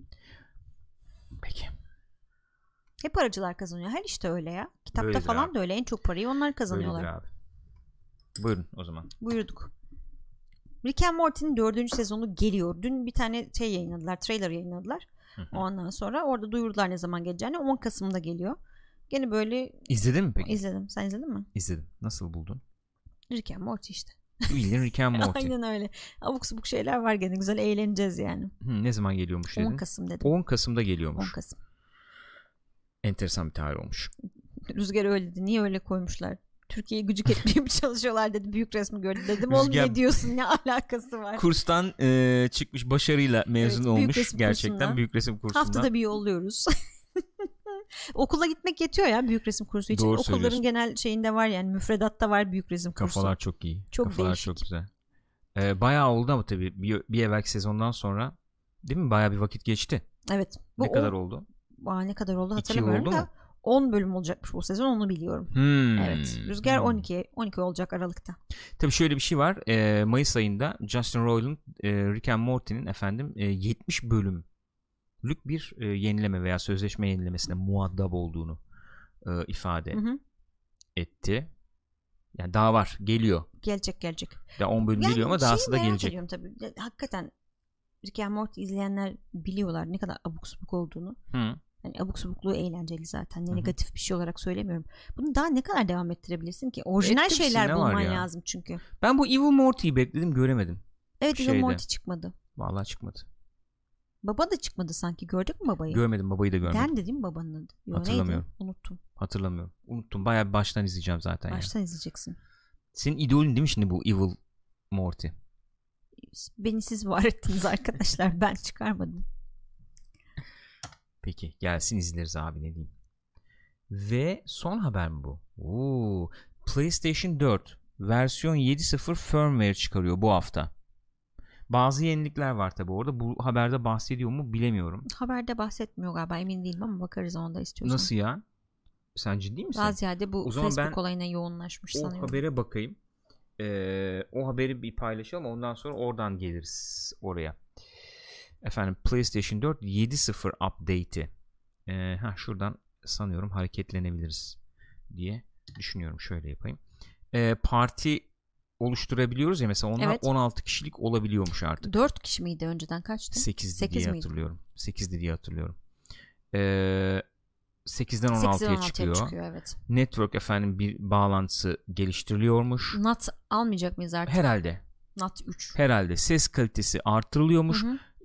Peki. Hep aracılar kazanıyor. Her işte öyle ya. Kitapta Böyledir falan abi. da öyle. En çok parayı onlar kazanıyorlar. Böyledir abi. Buyurun o zaman. Buyurduk. Rick and Morty'nin dördüncü sezonu geliyor. Dün bir tane şey yayınladılar. Trailer yayınladılar. Hı hı. Ondan sonra orada duyurdular ne zaman geleceğini. on Kasım'da geliyor. Gene böyle... İzledin mi peki? İzledim. Sen izledin mi? İzledim. Nasıl buldun? Rick and Morty işte. Bildiğin Rick and Morty. Aynen öyle. Abuk subuk şeyler var gene, güzel eğleneceğiz yani. Hı, ne zaman geliyormuş dedin? on Kasım dedim. on Kasım'da geliyormuş. on Kasım. Enteresan bir tarih olmuş. Rüzgar öyle dedi. Niye öyle koymuşlar? Türkiye'yi gücük etmeye mi çalışıyorlar dedi. Büyük resmi gördü dedim. Oğlum ne diyorsun? Ne alakası var? Kurstan e, çıkmış, başarıyla mezun evet, olmuş. Büyük gerçekten kursundan. Büyük resim kursundan. Haftada bir yolluyoruz. Okula gitmek yetiyor ya büyük resim kursu için. Doğru okulların genel şeyinde var yani, müfredatta var büyük resim kursu. Kafalar çok iyi. Çok Kafalar değişik. çok güzel. Ee, bayağı oldu ama tabii bir, bir evvelki sezondan sonra değil mi? Bayağı bir vakit geçti. Evet. Bu ne on... kadar oldu? Aa, ne kadar oldu hatırlamıyorum da mu? on bölüm olacakmış bu sezon, onu biliyorum. Hmm. Evet. Rüzgar hmm. on iki on iki olacak Aralık'ta. Tabii şöyle bir şey var. Ee, Mayıs ayında Justin Roiland e, Rick and Morty'nin efendim e, yetmiş bölüm lük bir e, yenileme veya sözleşme yenilemesine muaddab olduğunu e, ifade hı hı. etti. Yani daha var, geliyor. Gelecek gelecek. Ya on bölüm yani geliyor ama dahası da gelecek. Tabii. Hakikaten Rick and Morty izleyenler biliyorlar ne kadar abuk subuk olduğunu. Hı. Yani abuk subukluğu eğlenceli zaten. Ne negatif bir şey olarak söylemiyorum. Bunu daha ne kadar devam ettirebilirsin ki? Orijinal Ettim şeyler bulman lazım çünkü. Ben bu Evil Morty'yi bekledim, göremedim. Evet, Evil Morty çıkmadı. Vallahi çıkmadı. Baba da çıkmadı sanki. Gördük mü babayı? Görmedim, babayı da görmedim. Dendi değil mi babanın adı? Yo, hatırlamıyorum. Neydi? Unuttum. Hatırlamıyorum. Unuttum. Bayağı bir baştan izleyeceğim zaten. Baştan ya. izleyeceksin. Senin idolün değil mi şimdi bu Evil Morty? Beni siz var ettiniz arkadaşlar. Ben çıkarmadım. Peki gelsin izleriz abi, ne diyeyim. Ve son haber mi bu? Oo, PlayStation dört versiyon yedi nokta sıfır firmware çıkarıyor bu hafta. Bazı yenilikler var tabi orada. Bu haberde bahsediyor mu bilemiyorum. Haberde bahsetmiyor galiba, emin değilim ama bakarız onda istiyorsan. Nasıl ya? Sen ciddi misin? Daha ziyade bu Facebook olayına yoğunlaşmış o sanıyorum. O habere bakayım. Ee, o haberi bir paylaşalım, ondan sonra oradan geliriz oraya. Efendim PlayStation dört yedi nokta sıfır update'i. Ee, ha şuradan sanıyorum hareketlenebiliriz diye düşünüyorum. Şöyle yapayım. Ee, parti oluşturabiliyoruz ya mesela, onlar evet. on altı kişilik olabiliyormuş artık. dört kişi miydi önceden, kaçtı? sekizdi diye miydi? hatırlıyorum. sekizdi diye hatırlıyorum. Ee, sekizden on altıya çıkıyor. çıkıyor evet. Network efendim bir bağlantısı geliştiriliyormuş. N A T almayacak mıyız artık? Herhalde. N A T üç. Herhalde ses kalitesi artırılıyormuş. Hı hı.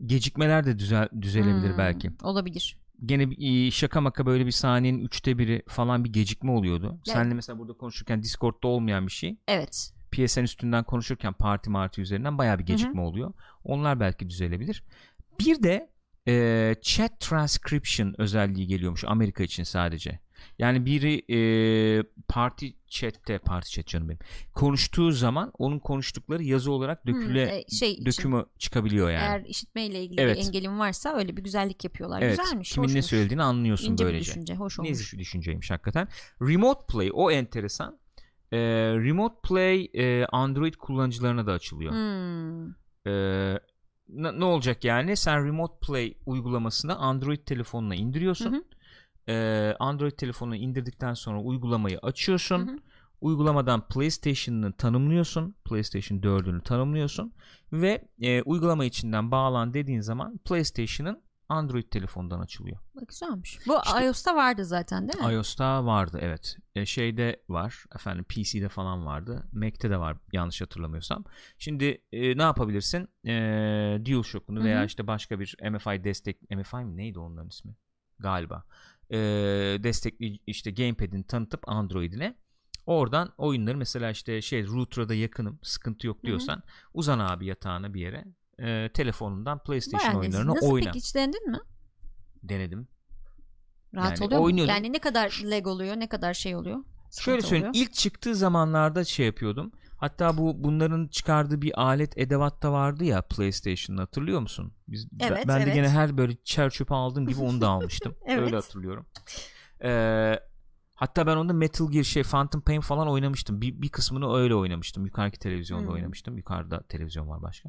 gecikmeler de düzel, düzelebilir Hmm, belki. olabilir. Gene bir, şaka maka böyle bir saniyenin üçte biri falan bir gecikme oluyordu. Evet. Senle mesela burada konuşurken Discord'da olmayan bir şey. Evet. P S N üstünden konuşurken parti marti üzerinden bayağı bir gecikme Hı hı. oluyor. Onlar belki düzelebilir. Bir de e, chat transcription özelliği geliyormuş Amerika için sadece. Yani biri e, parti chatte parti chat canım benim konuştuğu zaman onun konuştukları yazı olarak döküle Hmm, e, şey için. dökümü çıkabiliyor yani. Eğer işitmeyle ilgili Evet. bir engelin varsa öyle bir güzellik yapıyorlar. Evet. Güzelmiş. Kimin hoşmuş. ne söylediğini anlıyorsun İnce böylece. bir düşünce. Hoş olmuş. Nezih bir düşünceymiş hakikaten. Remote Play o enteresan. Ee, Remote Play e, Android kullanıcılarına da açılıyor. Hmm. Ee, ne, ne olacak yani? Sen Remote Play uygulamasını Android telefonuna indiriyorsun. Hı hı. Ee, Android telefonunu indirdikten sonra uygulamayı açıyorsun. Hı hı. Uygulamadan PlayStation'ını tanımlıyorsun. PlayStation dördünü tanımlıyorsun. Ve e, uygulama içinden bağlan dediğin zaman PlayStation'ın Android telefondan açılıyor. Bak, güzelmiş. Bu İşte, iOS'ta vardı zaten değil mi? iOS'ta vardı evet. E, şeyde var. Efendim P C'de falan vardı. Mac'te de var yanlış hatırlamıyorsam. Şimdi e, ne yapabilirsin? E, DualShock'unu veya işte başka bir M F I destek M F I mi neydi onların ismi? Galiba. E, destekli işte gamepad'ini tanıtıp Android'ine oradan oyunları mesela işte şey router'a da yakınım sıkıntı yok diyorsan Hı-hı. uzan abi yatağına bir yere e, telefonundan PlayStation Bayağı oyunlarını nasıl oyna. Nasıl peki hiç denedin mi? Denedim. Rahat yani oluyor mu? oynuyordum. Yani ne kadar lag oluyor, ne kadar şey oluyor? Sıkıntı Şöyle söyleyeyim oluyor. ilk çıktığı zamanlarda şey yapıyordum. Hatta bu bunların çıkardığı bir alet edevat da vardı ya PlayStation'ın hatırlıyor musun? Biz, evet, ben de evet. gene her böyle çer çöpe aldığım gibi onu da almıştım. Evet. Öyle hatırlıyorum. Ee, hatta ben onda Metal Gear şey Phantom Pain falan oynamıştım. Bir, bir kısmını öyle oynamıştım. Yukarıki televizyonda hmm. oynamıştım. Yukarıda televizyon var başka.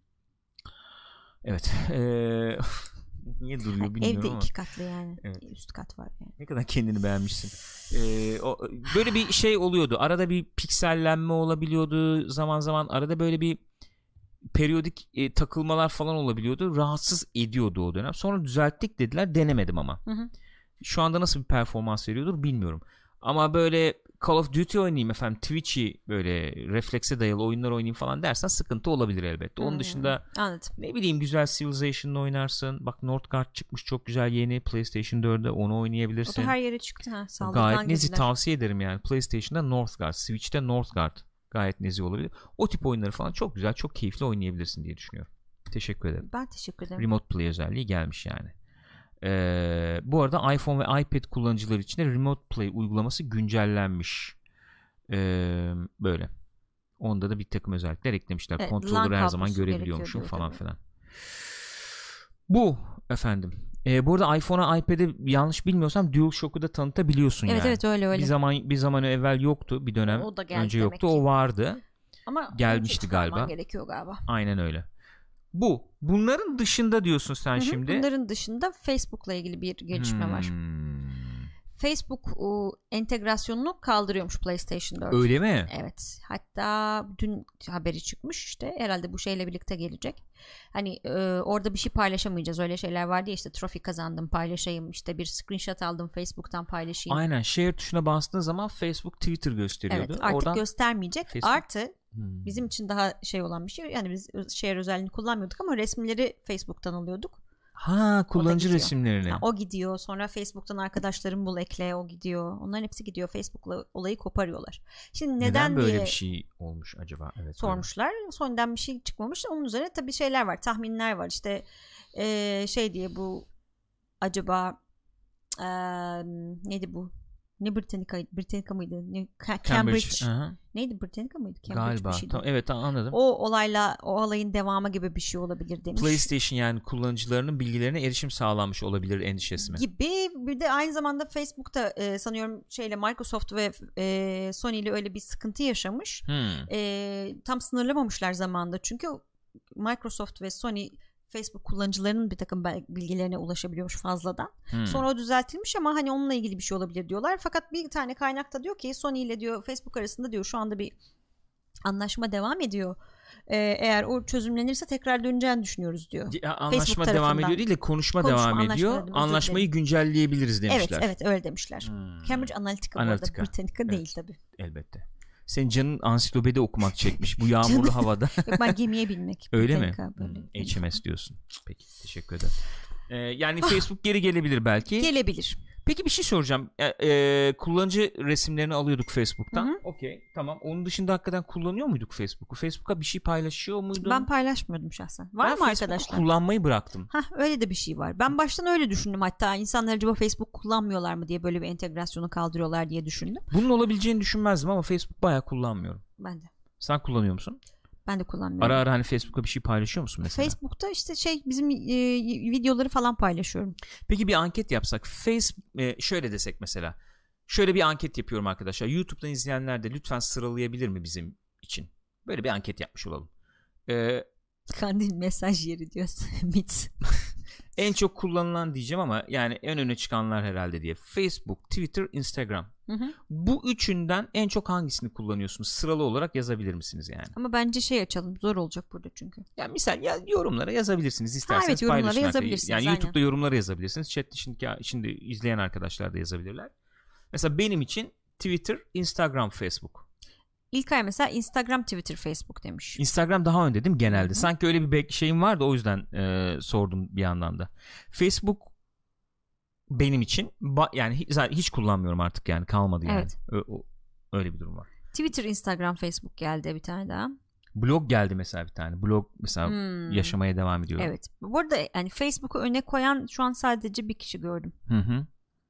Evet. Ee, niye duruyor bilmiyorum Evde ama. iki katlı yani. Evet. Üst kat var yani. Ne kadar kendini beğenmişsin. Ee, o, böyle bir şey oluyordu. Arada bir piksellenme olabiliyordu. Zaman zaman arada böyle bir periyodik e, takılmalar falan olabiliyordu. Rahatsız ediyordu o dönem. Sonra düzelttik dediler. Denemedim ama. Hı hı. Şu anda nasıl bir performans veriyordur bilmiyorum. Ama böyle Call of Duty oynayayım efendim Twitch'i böyle reflekse dayalı oyunlar oynayayım falan dersen sıkıntı olabilir elbette. Onun hmm, dışında anladım. Ne bileyim güzel Civilization'la oynarsın. Bak Northgard çıkmış çok güzel yeni PlayStation dörtte onu oynayabilirsin. O da her yere çıktı ha. Gayet nezih tavsiye ederim yani. PlayStation'da Northgard, Switch'te Northgard gayet nezih olabilir. O tip oyunları falan çok güzel, çok keyifli oynayabilirsin diye düşünüyorum. Teşekkür ederim. Ben teşekkür ederim. Remote Play özelliği gelmiş yani. Ee, bu arada iPhone ve iPad kullanıcıları için de Remote Play uygulaması güncellenmiş. Ee, böyle. Onda da bir takım özellikler eklemişler. Evet, kontrolleri her zaman görebiliyormuşum falan tabii. filan. Bu efendim. Ee, bu arada iPhone'a iPad'e yanlış bilmiyorsam DualShock'u da tanıtabiliyorsun evet, yani. Evet öyle öyle. Bir zaman bir zaman evvel yoktu bir dönem. O da önce yoktu. Ki. O vardı. Ama gelmişti galiba. Gerekiyor galiba. Aynen öyle. Bu. Bunların dışında diyorsun sen Hı-hı. şimdi. Bunların dışında Facebook'la ilgili bir gelişme hmm. var. Facebook o, entegrasyonunu kaldırıyormuş PlayStation dört. Öyle mi? Evet. Hatta dün haberi çıkmış işte. Herhalde bu şeyle birlikte gelecek. Hani e, orada bir şey paylaşamayacağız. Öyle şeyler vardı ya işte trofi kazandım paylaşayım. İşte bir screenshot aldım Facebook'tan paylaşayım. Aynen. Share tuşuna bastığın zaman Facebook Twitter gösteriyordu. Evet artık Oradan göstermeyecek. Facebook... Artı hmm. bizim için daha şey olan bir şey. Yani biz share özelliğini kullanmıyorduk ama resimleri Facebook'tan alıyorduk. Ha kullanıcı resimlerini. Ha, o gidiyor. Sonra Facebook'tan arkadaşlarım bul ekle o gidiyor. Onların hepsi gidiyor. Facebook'la olayı koparıyorlar. Şimdi neden, neden böyle diye bir şey olmuş acaba? Evet. Sormuşlar. Öyle. Sonradan bir şey çıkmamış. Onun üzerine tabii şeyler var. Tahminler var. İşte ee, şey diye bu acaba ee, neydi bu? Ne Britannica Britannica mıydı? Ne, Cambridge. Cambridge. Neydi Britannica mıydı? Cambridge Galiba. Tamam, evet anladım. O olayla o olayın devamı gibi bir şey olabilir demiş. PlayStation yani kullanıcılarının bilgilerine erişim sağlanmış olabilir endişesi mi? Gibi. Bir de aynı zamanda Facebook'ta e, sanıyorum şeyle Microsoft ve e, Sony ile öyle bir sıkıntı yaşamış. Hmm. E, tam sınırlamamışlar zamanında. Çünkü Microsoft ve Sony Facebook kullanıcılarının bir takım bilgilerine ulaşabiliyormuş fazladan. Hmm. Sonra o düzeltilmiş ama hani onunla ilgili bir şey olabilir diyorlar. Fakat bir tane kaynakta diyor ki Sony ile diyor Facebook arasında diyor şu anda bir anlaşma devam ediyor. Ee, eğer o çözümlenirse tekrar döneceğini düşünüyoruz diyor. Ya, anlaşma devam ediyor değil de konuşma, konuşma devam ediyor. Anlaşmayı güncelleyebiliriz demişler. Evet evet öyle demişler. Hmm. Cambridge Analytica, Analytica. bu arada Britannica evet. değil tabii. Elbette. Senin canın ansiklopedi okumak çekmiş bu yağmurlu havada. Yok, ben gemiye binmek. Öyle mi? Böyle. Hmm, H M S diyorsun. Peki, teşekkür ederim. Ee, yani Facebook geri gelebilir belki. Gelebilir. Peki bir şey soracağım. E, e, kullanıcı resimlerini alıyorduk Facebook'tan. Hı Okey, tamam. Onun dışında hakikaten kullanıyor muyduk Facebook'u? Facebook'a bir şey paylaşıyor muydun? Ben paylaşmıyordum şahsen. Var ben mı arkadaşlar? Facebook'u kullanmayı bıraktım. Hah, öyle de bir şey var. Ben baştan öyle düşündüm, hatta insanlar acaba Facebook kullanmıyorlar mı diye, böyle bir entegrasyonu kaldırıyorlar diye düşündüm. Bunun olabileceğini düşünmezdim ama Facebook bayağı kullanmıyorum. Ben de. Sen kullanıyor musun? Ben de kullanmıyorum. Ara ara hani Facebook'a bir şey paylaşıyor musun mesela? Facebook'ta işte şey bizim e, videoları falan paylaşıyorum. Peki bir anket yapsak, Face e, şöyle desek mesela. Şöyle bir anket yapıyorum arkadaşlar. YouTube'dan izleyenler de lütfen sıralayabilir mi bizim için? Böyle bir anket yapmış olalım. Ee, Kandil mesaj yeri diyorsun. Mit. En çok kullanılan diyeceğim ama yani en öne çıkanlar herhalde diye. Facebook, Twitter, Instagram. Hı hı. Bu üçünden en çok hangisini kullanıyorsunuz? Sıralı olarak yazabilir misiniz yani? Ama bence şey açalım. Zor olacak burada çünkü. Yani misal ya, yorumlara yazabilirsiniz isterseniz. Ha, evet, yorumlara paylaşın. yazabilirsiniz. Yani aynen. YouTube'da yorumlara yazabilirsiniz. Chat şimdi, şimdi izleyen arkadaşlar da yazabilirler. Mesela benim için Twitter, Instagram, Facebook. İlkay mesela Instagram, Twitter, Facebook demiş. Instagram daha önde değil mi genelde? Hı-hı. Sanki öyle bir şeyim vardı, o yüzden e, sordum bir yandan da. Facebook benim için ba- yani hiç, hiç kullanmıyorum artık, yani kalmadı yani. Evet. Ö- o, öyle bir durum var. Twitter, Instagram, Facebook geldi bir tane daha. Blog geldi mesela bir tane. Blog mesela hmm. yaşamaya devam ediyor. Evet. Bu arada yani Facebook'u öne koyan şu an sadece bir kişi gördüm. Hı hı.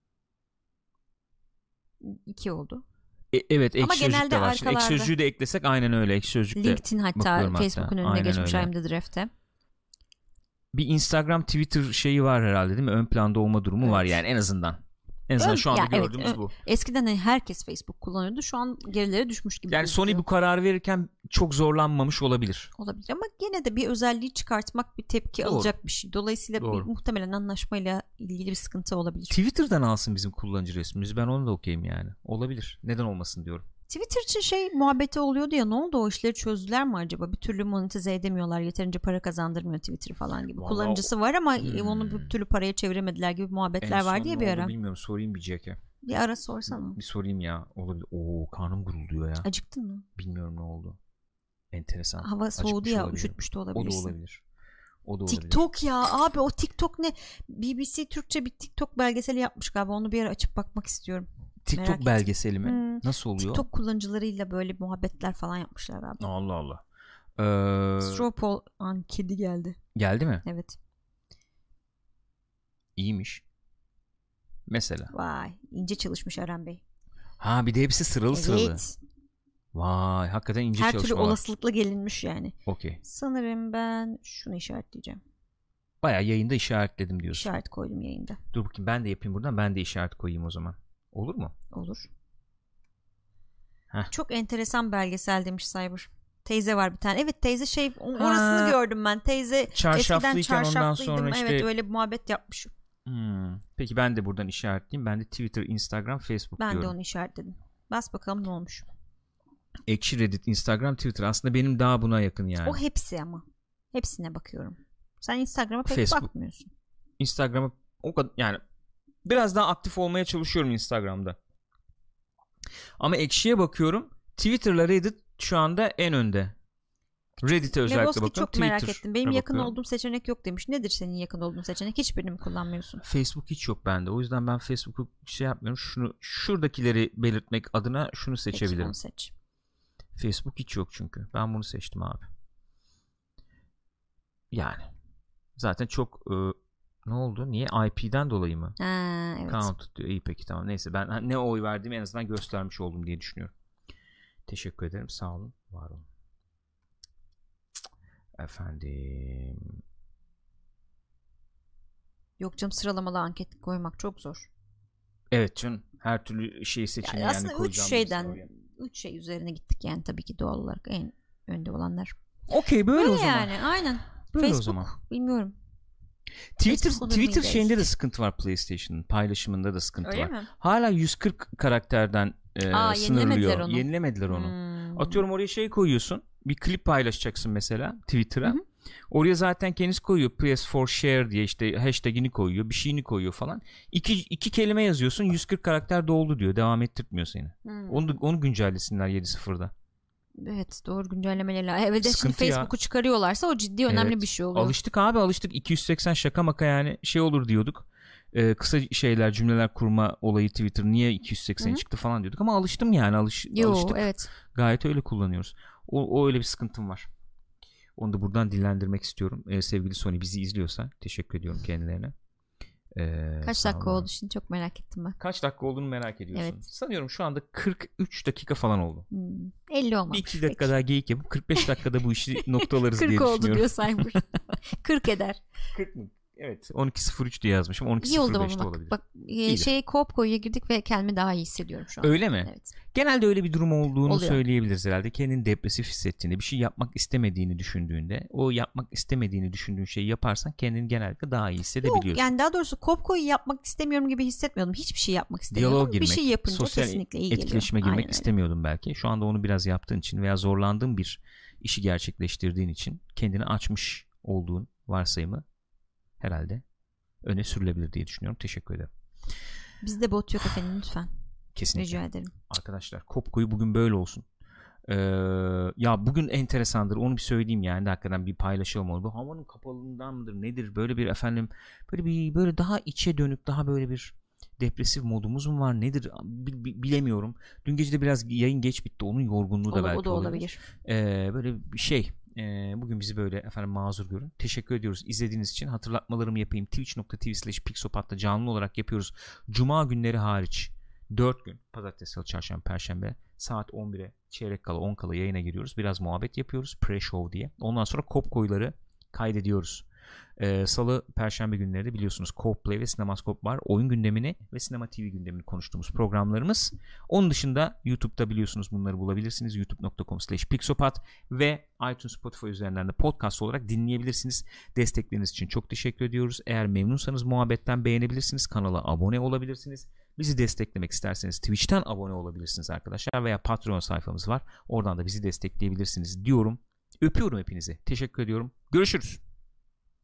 İki oldu. E, evet, Ama Ekşi Sözlük de var. arkalarda... Ekşi Sözlüğü de eklesek aynen öyle. Ekşi Sözlük'te LinkedIn hatta Facebook'un önüne aynen geçmiş öyle. I'm the Draft'te. Bir Instagram, Twitter şeyi var herhalde değil mi? Ön planda olma durumu evet. var yani en azından. En azından Ön, şu anda ya gördüğümüz evet, bu. Eskiden hani herkes Facebook kullanıyordu. Şu an gerilere düşmüş gibi. Yani gözüküyor. Sony bu kararı verirken çok zorlanmamış olabilir. Olabilir ama gene de bir özelliği çıkartmak bir tepki Doğru. alacak bir şey. Dolayısıyla Doğru. bir, muhtemelen anlaşmayla ilgili bir sıkıntı olabilir. Twitter'dan alsın bizim kullanıcı resmimizi. Ben onu da okuyayım yani. Olabilir. Neden olmasın diyorum. Twitter için şey muhabbeti oluyordu ya, ne oldu, o işleri çözdüler mi acaba? Bir türlü monetize edemiyorlar. Yeterince para kazandırmıyor Twitter falan gibi. Vallahi Kullanıcısı var ama hmm. onu bir türlü paraya çeviremediler gibi muhabbetler en vardı ya bir ara. Bilmiyorum, sorayım bir Jack'e. Bir ara sorsana. Bir sorayım ya. Olabilir. Oo, karnım gurulduyor ya. Acıktın mı? Bilmiyorum ne oldu. Enteresan. Hava soğudu Acıkmış ya, olabilirim. üşütmüş de O da olabilirsin. olabilir. O da olabilir. TikTok ya abi, o TikTok ne? B B C Türkçe bir TikTok belgeseli yapmış galiba. Onu bir ara açıp bakmak istiyorum. TikTok Merak belgeseli mi? Hmm. Nasıl oluyor? TikTok kullanıcılarıyla böyle muhabbetler falan yapmışlar abi. Allah Allah. Ee, Stropol an kedi geldi. geldi mi? Evet. İyiymiş. Mesela. Vay, ince çalışmış Eren Bey. Ha, bir de hepsi sıralı Evet. sıralı. Vay, hakikaten ince Her çalışma türlü var. olasılıkla gelinmiş yani. Okey. Sanırım ben şunu işaretleyeceğim. Bayağı yayında işaretledim diyorsun. İşaret koydum yayında. Dur bakayım, ben de yapayım buradan. Ben de işaret koyayım o zaman. Olur mu? Olur. Heh. Çok enteresan belgesel demiş Cyber. Teyze var bir tane. Evet, teyze şey, Ha. orasını gördüm ben. Teyze Çarşaflıyken eskiden ondan çarşaflıydım. sonra işte... Evet, öyle bir muhabbet yapmış. Hmm. Peki ben de buradan işaretleyeyim. Ben de Twitter, Instagram, Facebook Ben diyorum. de onu işaretledim. Bas bakalım ne olmuş. Ekşi, Reddit, Instagram, Twitter. Aslında benim daha buna yakın yani. O hepsi ama. Hepsine bakıyorum. Sen Instagram'a pek Facebook. bakmıyorsun. Instagram'a o kadar yani biraz daha aktif olmaya çalışıyorum Instagram'da. Ama Ekşi'ye bakıyorum. Twitter'la Reddit şu anda en önde. Reddit'e özellikle Legoski bakın. çok merak Twitter'a ettim. Benim yakın bakıyorum. olduğum seçenek yok demiş. Nedir senin yakın olduğun seçenek? Hiçbirini mi kullanmıyorsun? Facebook hiç yok bende. O yüzden ben Facebook'u şey yapmıyorum. Şunu, şuradakileri belirtmek adına şunu seçebilirim. Peki, onu seç. Facebook hiç yok çünkü. Ben bunu seçtim abi. Yani. Zaten çok e, ne oldu? Niye? I P'den dolayı mı? Ha, evet. Count diyor. İyi, peki tamam. Neyse, ben ne oy verdiğimi en azından göstermiş oldum diye düşünüyorum. Teşekkür ederim. Sağ olun. Var olun. Efendim. Yok canım, sıralamalı anket koymak çok zor. Evet canım. Her türlü şeyi seçeneği Yani yani aslında üç koyacağım şeyden üç şey üzerine gittik yani, tabii ki doğal olarak en önde olanlar. Okey, böyle, böyle o zaman. Yani aynen. Böyle Facebook o zaman. Bilmiyorum. Twitter Facebook Twitter mıydı şeyinde işte? de sıkıntı var, PlayStation'ın paylaşımında da sıkıntı Öyle var. mi? Hala yüz kırk karakterden e, Aa, yenilemediler sınırlıyor. onu. Yenilemediler onu. Hmm. Atıyorum oraya şey koyuyorsun. Bir klip paylaşacaksın mesela Twitter'a. Hı hı. Oraya zaten kendisi koyuyor P S four share diye, işte hashtagini koyuyor, bir şeyini koyuyor falan. İki, iki kelime yazıyorsun, yüz kırk karakter doldu diyor. Devam ettirtmiyor seni. Hmm. Onu, onu güncellesinler yedi sıfırda. Evet, doğru, güncellemeler. Evet, şimdi Facebook'u çıkarıyorlarsa o ciddi önemli evet. bir şey oluyor. Alıştık abi, alıştık. iki yüz seksen şaka maka yani şey olur diyorduk. Ee, kısa şeyler, cümleler kurma olayı Twitter niye iki yüz seksen çıktı falan diyorduk ama alıştım yani, alış, Yo, alıştık. Evet. Gayet öyle kullanıyoruz. O, o öyle bir sıkıntım var. Onu da buradan dillendirmek istiyorum. Ee, sevgili Sony bizi izliyorsa teşekkür ediyorum kendilerine. Ee, Kaç dakika oldu şimdi, çok merak ettim ben. Kaç dakika olduğunu merak ediyorsun. Evet. Sanıyorum şu anda kırk üç dakika falan oldu. Hmm, elli olmamış. Bir iki dakika Peki. daha geyik yapıp kırk beş dakikada bu işi noktalarız diye düşünüyorum. kırk oldu diyor Cyber. kırk eder. kırk mı? Evet, on iki sıfır üç diye yazmışım. on iki sıfır beşte olabilir. Bak, e, şey Kopko'ya girdik ve kendimi daha iyi hissediyorum şu an. Öyle mi? Evet. Genelde öyle bir durum olduğunu Oluyor. söyleyebiliriz herhalde. Kendini depresif hissettiğinde, bir şey yapmak istemediğini düşündüğünde, o yapmak istemediğini düşündüğün şeyi yaparsan kendini genellikle daha iyi hissedebiliyorsun. Yok, yani daha doğrusu Kopko'yu yapmak istemiyorum gibi hissetmiyordum. Hiçbir şey yapmak istemiyordum. Diyaloğa girmek, bir şey yapınca sosyal kesinlikle iyi geliyor. etkileşime girmek Aynen istemiyordum öyle. belki. Şu anda onu biraz yaptığın için veya zorlandığın bir işi gerçekleştirdiğin için kendini açmış olduğun varsayımı herhalde öne sürülebilir diye düşünüyorum. Teşekkür ederim. Bizde bot yok efendim, lütfen. Kesinlikle. Rica ederim. Arkadaşlar Kopko'yu bugün böyle olsun. Ee, ya bugün enteresandır, onu bir söyleyeyim yani, hakikaten bir paylaşalım onu. Bu havanın kapalılığından mıdır nedir, böyle bir efendim böyle bir böyle daha içe dönük, daha böyle bir depresif modumuz mu var nedir bilemiyorum. Dün gece de biraz yayın geç bitti, onun yorgunluğu da Olur, belki o da olabilir. Ee, böyle bir şey. Ee, bugün bizi böyle efendim mazur görün. Teşekkür ediyoruz izlediğiniz için. Hatırlatmalarımı yapayım. twitch nokta tv slash pixopat'ta canlı olarak yapıyoruz. Cuma günleri hariç dört gün, pazartesi, salı, çarşamba, perşembe saat on bire çeyrek kala on kala yayına giriyoruz. Biraz muhabbet yapıyoruz. Pre-show diye. Ondan sonra Kopko'ları kaydediyoruz. Ee, Salı, perşembe günleri de biliyorsunuz Co-Play ve Sinemaskop var. Oyun gündemini ve Sinema T V gündemini konuştuğumuz programlarımız. Onun dışında YouTube'da biliyorsunuz bunları bulabilirsiniz. youtube nokta com slash pixopat ve iTunes, Spotify üzerinden de podcast olarak dinleyebilirsiniz. Destekleriniz için çok teşekkür ediyoruz. Eğer memnunsanız muhabbetten beğenebilirsiniz. Kanala abone olabilirsiniz. Bizi desteklemek isterseniz Twitch'ten abone olabilirsiniz arkadaşlar veya Patreon sayfamız var. Oradan da bizi destekleyebilirsiniz diyorum. Öpüyorum hepinizi. Teşekkür ediyorum. Görüşürüz.